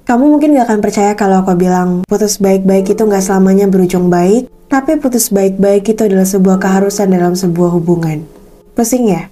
Kamu mungkin gak akan percaya kalau aku bilang putus baik-baik itu gak selamanya berujung baik, tapi putus baik-baik itu adalah sebuah keharusan dalam sebuah hubungan. Pusing ya?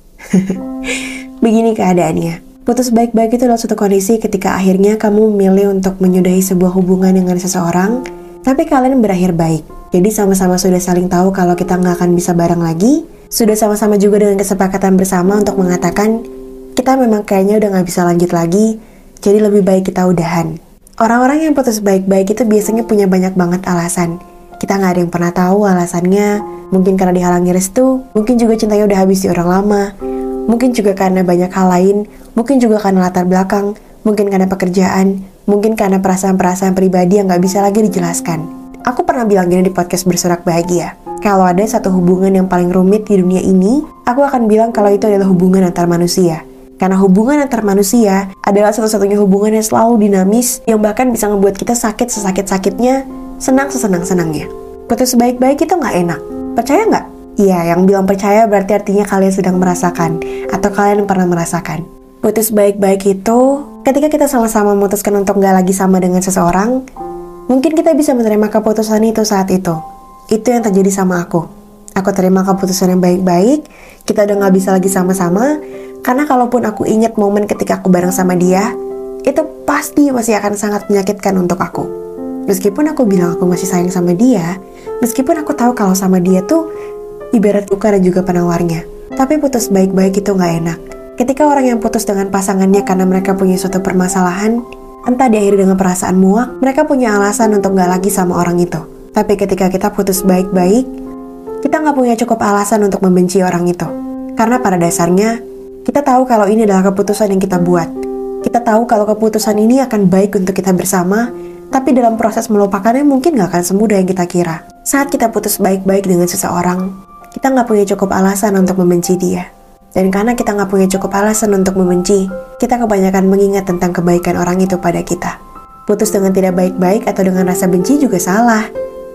Begini keadaannya. Putus baik-baik itu adalah suatu kondisi ketika akhirnya kamu memilih untuk menyudahi sebuah hubungan dengan seseorang, tapi kalian berakhir baik. Jadi sama-sama sudah saling tahu kalau kita nggak akan bisa bareng lagi, sudah sama-sama juga dengan kesepakatan bersama untuk mengatakan, kita memang kayaknya udah nggak bisa lanjut lagi, jadi lebih baik kita udahan. Orang-orang yang putus baik-baik itu biasanya punya banyak banget alasan. Kita nggak ada yang pernah tahu alasannya, mungkin karena dihalangi restu, mungkin juga cintanya udah habis di orang lama, mungkin juga karena banyak hal lain, mungkin juga karena latar belakang, mungkin karena pekerjaan, mungkin karena perasaan-perasaan pribadi yang gak bisa lagi dijelaskan. Aku pernah bilang gini di podcast Bersorak Bahagia, kalau ada satu hubungan yang paling rumit di dunia ini, aku akan bilang kalau itu adalah hubungan antar manusia. Karena hubungan antar manusia adalah satu-satunya hubungan yang selalu dinamis, yang bahkan bisa ngebuat kita sakit sesakit-sakitnya, senang sesenang-senangnya. Putus baik-baik itu gak enak. Percaya gak? Iya, yang bilang percaya berarti artinya kalian sedang merasakan, atau kalian pernah merasakan. Putus baik-baik itu, ketika kita sama-sama memutuskan untuk gak lagi sama dengan seseorang, mungkin kita bisa menerima keputusan itu saat itu. Itu yang terjadi sama aku. Aku terima keputusan yang baik-baik, kita udah gak bisa lagi sama-sama, karena kalaupun aku ingat momen ketika aku bareng sama dia, itu pasti masih akan sangat menyakitkan untuk aku. Meskipun aku bilang aku masih sayang sama dia, meskipun aku tahu kalau sama dia tuh ibarat luka dan juga penawarnya. Tapi putus baik-baik itu gak enak. Ketika orang yang putus dengan pasangannya karena mereka punya suatu permasalahan, entah diakhiri dengan perasaan muak, mereka punya alasan untuk gak lagi sama orang itu. Tapi ketika kita putus baik-baik, kita gak punya cukup alasan untuk membenci orang itu. Karena pada dasarnya, kita tahu kalau ini adalah keputusan yang kita buat. Kita tahu kalau keputusan ini akan baik untuk kita bersama, tapi dalam proses melupakannya mungkin gak akan semudah yang kita kira. Saat kita putus baik-baik dengan seseorang, kita gak punya cukup alasan untuk membenci dia. Dan karena kita gak punya cukup alasan untuk membenci, kita kebanyakan mengingat tentang kebaikan orang itu pada kita. Putus dengan tidak baik-baik atau dengan rasa benci juga salah.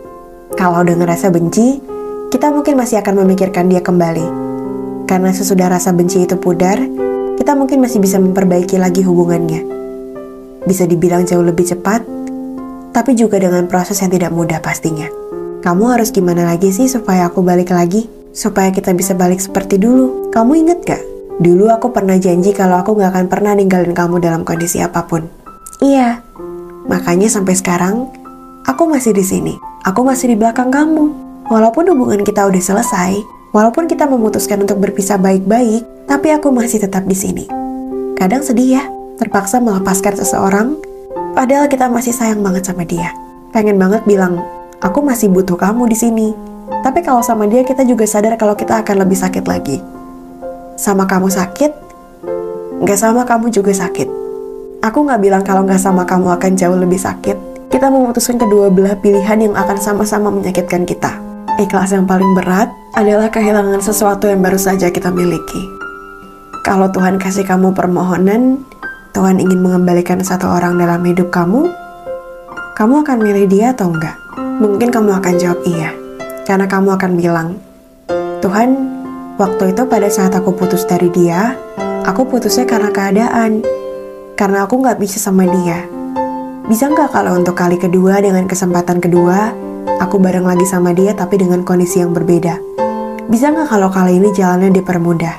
Kalau dengan rasa benci, kita mungkin masih akan memikirkan dia kembali. Karena sesudah rasa benci itu pudar, kita mungkin masih bisa memperbaiki lagi hubungannya. Bisa dibilang jauh lebih cepat, tapi juga dengan proses yang tidak mudah pastinya. Kamu harus gimana lagi sih supaya aku balik lagi? Supaya kita bisa balik seperti dulu. Kamu inget gak? Dulu aku pernah janji kalau aku gak akan pernah ninggalin kamu dalam kondisi apapun. Iya. Makanya sampai sekarang, aku masih di sini. Aku masih di belakang kamu. Walaupun hubungan kita udah selesai, walaupun kita memutuskan untuk berpisah baik-baik, tapi aku masih tetap di sini. Kadang sedih ya, terpaksa melepaskan seseorang, padahal kita masih sayang banget sama dia. Pengen banget bilang, aku masih butuh kamu di sini. Tapi kalau sama dia kita juga sadar kalau kita akan lebih sakit lagi. Sama kamu sakit, gak sama kamu juga sakit. Aku gak bilang kalau gak sama kamu akan jauh lebih sakit. Kita memutuskan kedua belah pilihan yang akan sama-sama menyakitkan kita. Ikhlas yang paling berat adalah kehilangan sesuatu yang baru saja kita miliki. Kalau Tuhan kasih kamu permohonan, Tuhan ingin mengembalikan satu orang dalam hidup kamu akan milih dia atau enggak? Mungkin kamu akan jawab iya. Karena kamu akan bilang, Tuhan, waktu itu pada saat aku putus dari dia, aku putusnya karena keadaan. Karena aku gak bisa sama dia. Bisa gak kalau untuk kali kedua dengan kesempatan kedua, aku bareng lagi sama dia tapi dengan kondisi yang berbeda? Bisa gak kalau kali ini jalannya dipermudah?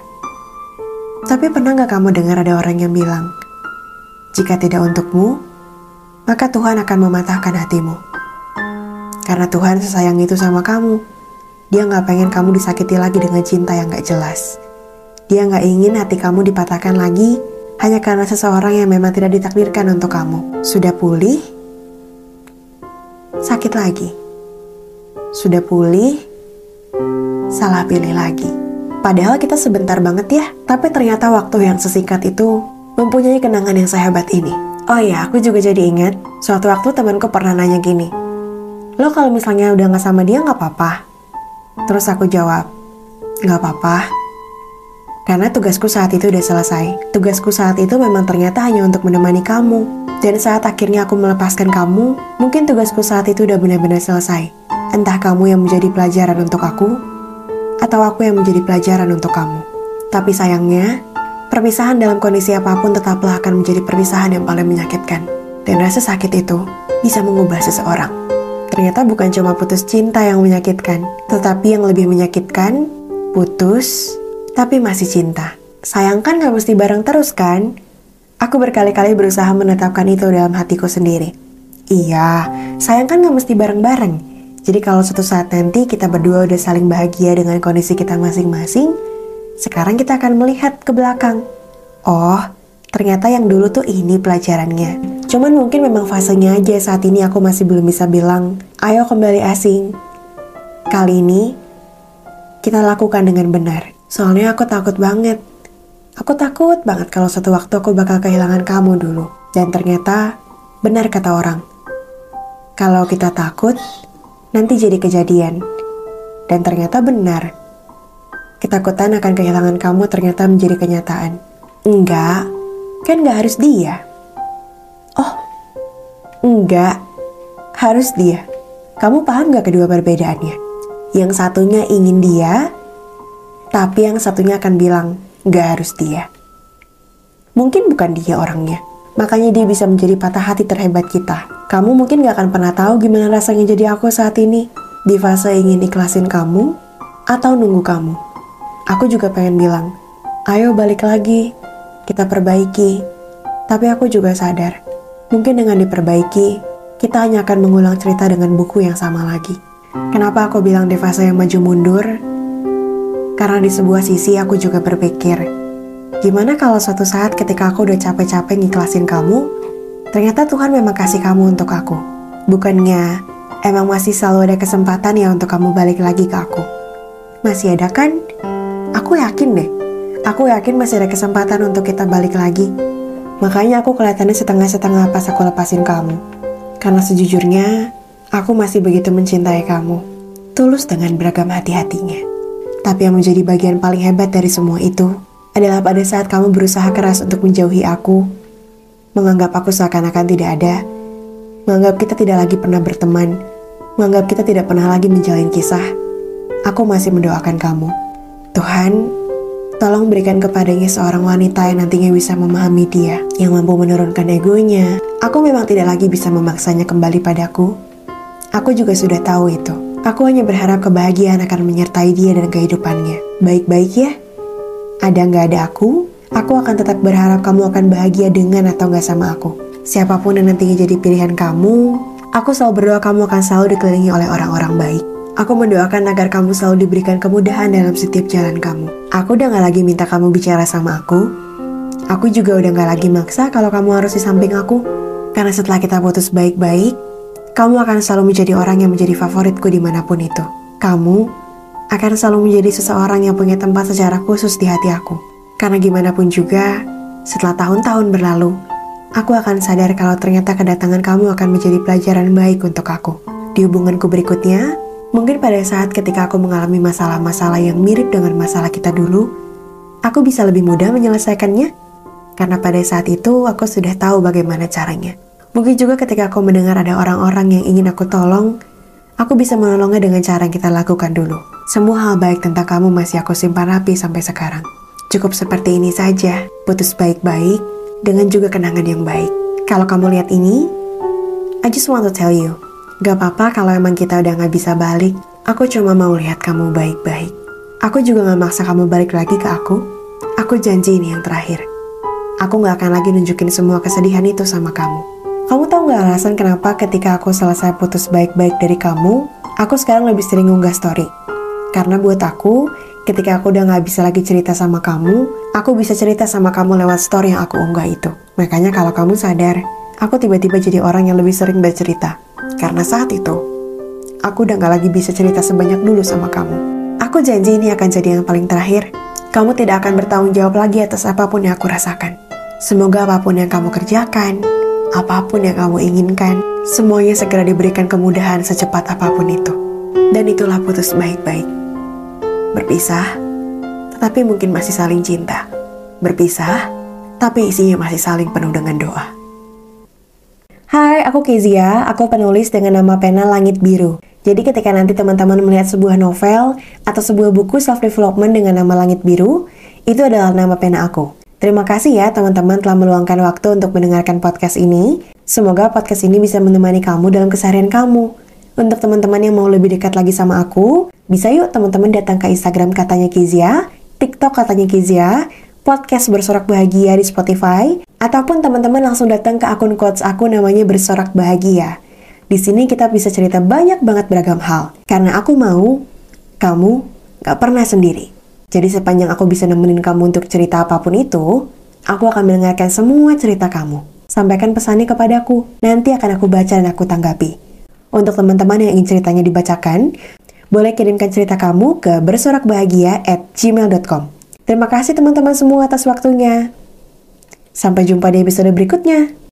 Tapi pernah gak kamu dengar ada orang yang bilang, jika tidak untukmu, maka Tuhan akan mematahkan hatimu. Karena Tuhan sesayang itu sama kamu. Dia gak pengen kamu disakiti lagi dengan cinta yang gak jelas. Dia gak ingin hati kamu dipatahkan lagi hanya karena seseorang yang memang tidak ditakdirkan untuk kamu. Sudah pulih, sakit lagi. Sudah pulih, salah pilih lagi. Padahal kita sebentar banget ya, tapi ternyata waktu yang sesingkat itu mempunyai kenangan yang sehebat ini. Oh iya, aku juga jadi ingat, suatu waktu temanku pernah nanya gini, lo kalau misalnya udah gak sama dia gak apa-apa? Terus aku jawab, gak apa-apa. Karena tugasku saat itu udah selesai. Tugasku saat itu memang ternyata hanya untuk menemani kamu. Dan saat akhirnya aku melepaskan kamu, mungkin tugasku saat itu udah benar-benar selesai. Entah kamu yang menjadi pelajaran untuk aku, atau aku yang menjadi pelajaran untuk kamu. Tapi sayangnya, perpisahan dalam kondisi apapun tetaplah akan menjadi perpisahan yang paling menyakitkan. Dan rasa sakit itu bisa mengubah seseorang. Ternyata bukan cuma putus cinta yang menyakitkan, tetapi yang lebih menyakitkan, putus tapi masih cinta. Sayang kan gak mesti bareng terus kan? Aku berkali-kali berusaha menetapkan itu dalam hatiku sendiri. Iya, sayang kan gak mesti bareng-bareng. Jadi kalau suatu saat nanti kita berdua udah saling bahagia dengan kondisi kita masing-masing, sekarang kita akan melihat ke belakang. Oh, ternyata yang dulu tuh ini pelajarannya. Cuman mungkin memang fasenya aja saat ini aku masih belum bisa bilang, ayo kembali asing. Kali ini, kita lakukan dengan benar. Soalnya aku takut banget. Aku takut banget kalau suatu waktu aku bakal kehilangan kamu dulu. Dan ternyata, benar kata orang. Kalau kita takut, nanti jadi kejadian. Dan ternyata benar. Ketakutan akan kehilangan kamu ternyata menjadi kenyataan. Enggak, kan gak harus dia. Oh, enggak, harus dia. Kamu paham gak kedua perbedaannya? Yang satunya ingin dia, tapi yang satunya akan bilang, gak harus dia. Mungkin bukan dia orangnya, makanya dia bisa menjadi patah hati terhebat kita. Kamu mungkin gak akan pernah tahu gimana rasanya jadi aku saat ini. Di fase ingin ikhlasin kamu, atau nunggu kamu. Aku juga pengen bilang, ayo balik lagi, kita perbaiki. Tapi aku juga sadar, mungkin dengan diperbaiki, kita hanya akan mengulang cerita dengan buku yang sama lagi. Kenapa aku bilang di fase yang maju mundur? Karena di sebuah sisi aku juga berpikir, gimana kalau suatu saat ketika aku udah capek-capek ngiklasin kamu, ternyata Tuhan memang kasih kamu untuk aku. Bukannya emang masih selalu ada kesempatan ya untuk kamu balik lagi ke aku? Masih ada kan? Aku yakin deh. Aku yakin masih ada kesempatan untuk kita balik lagi. Makanya aku kelihatannya setengah-setengah pas aku lepasin kamu. Karena sejujurnya, aku masih begitu mencintai kamu. Tulus dengan beragam hati-hatinya. Tapi yang menjadi bagian paling hebat dari semua itu adalah pada saat kamu berusaha keras untuk menjauhi aku, menganggap aku seakan-akan tidak ada, menganggap kita tidak lagi pernah berteman, menganggap kita tidak pernah lagi menjalin kisah. Aku masih mendoakan kamu. Tuhan, tolong berikan kepadanya seorang wanita yang nantinya bisa memahami dia, yang mampu menurunkan egonya. Aku memang tidak lagi bisa memaksanya kembali padaku. Aku juga sudah tahu itu. Aku hanya berharap kebahagiaan akan menyertai dia dan kehidupannya. Baik-baik ya. Ada nggak ada aku akan tetap berharap kamu akan bahagia dengan atau nggak sama aku. Siapapun yang nantinya jadi pilihan kamu, aku selalu berdoa kamu akan selalu dikelilingi oleh orang-orang baik. Aku mendoakan agar kamu selalu diberikan kemudahan dalam setiap jalan kamu. Aku udah gak lagi minta kamu bicara sama aku. Aku juga udah gak lagi maksa kalau kamu harus di samping aku. Karena setelah kita putus baik-baik, kamu akan selalu menjadi orang yang menjadi favoritku dimanapun itu. Kamu akan selalu menjadi seseorang yang punya tempat secara khusus di hati aku. Karena gimana pun juga, setelah tahun-tahun berlalu, aku akan sadar kalau ternyata kedatangan kamu akan menjadi pelajaran baik untuk aku. Di hubunganku berikutnya, mungkin pada saat ketika aku mengalami masalah-masalah yang mirip dengan masalah kita dulu, aku bisa lebih mudah menyelesaikannya. Karena pada saat itu aku sudah tahu bagaimana caranya. Mungkin juga ketika aku mendengar ada orang-orang yang ingin aku tolong, aku bisa menolongnya dengan cara yang kita lakukan dulu. Semua hal baik tentang kamu masih aku simpan rapi sampai sekarang. Cukup seperti ini saja, putus baik-baik dengan juga kenangan yang baik. Kalau kamu lihat ini, I just want to tell you, gak apa-apa kalau emang kita udah gak bisa balik. Aku cuma mau lihat kamu baik-baik. Aku juga gak maksa kamu balik lagi ke aku. Aku janji ini yang terakhir. Aku gak akan lagi nunjukin semua kesedihan itu sama kamu. Kamu tahu gak alasan kenapa ketika aku selesai putus baik-baik dari kamu, aku sekarang lebih sering unggah story? Karena buat aku, ketika aku udah gak bisa lagi cerita sama kamu, aku bisa cerita sama kamu lewat story yang aku unggah itu. Makanya kalau kamu sadar, aku tiba-tiba jadi orang yang lebih sering bercerita. Karena saat itu, aku udah gak lagi bisa cerita sebanyak dulu sama kamu. Aku janji ini akan jadi yang paling terakhir. Kamu tidak akan bertanggung jawab lagi atas apapun yang aku rasakan. Semoga apapun yang kamu kerjakan, apapun yang kamu inginkan, semuanya segera diberikan kemudahan secepat apapun itu. Dan itulah putus baik-baik. Berpisah, tetapi mungkin masih saling cinta. Berpisah, tapi isinya masih saling penuh dengan doa. Hai, aku Kezia, aku penulis dengan nama pena Langit Biru. Jadi ketika nanti teman-teman melihat sebuah novel atau sebuah buku self-development dengan nama Langit Biru, itu adalah nama pena aku. Terima kasih ya teman-teman telah meluangkan waktu untuk mendengarkan podcast ini. Semoga podcast ini bisa menemani kamu dalam keseharian kamu. Untuk teman-teman yang mau lebih dekat lagi sama aku, bisa yuk teman-teman datang ke Instagram Katanya Kizia, TikTok Katanya Kizia, podcast Bersorak Bahagia di Spotify, ataupun teman-teman langsung datang ke akun quotes aku namanya Bersorak Bahagia. Di sini kita bisa cerita banyak banget beragam hal, karena aku mau kamu gak pernah sendiri. Jadi sepanjang aku bisa nemenin kamu untuk cerita apapun itu, aku akan mendengarkan semua cerita kamu. Sampaikan pesannya kepadaku, nanti akan aku baca dan aku tanggapi. Untuk teman-teman yang ingin ceritanya dibacakan, boleh kirimkan cerita kamu ke bersorakbahagia@gmail.com. Terima kasih teman-teman semua atas waktunya. Sampai jumpa di episode berikutnya.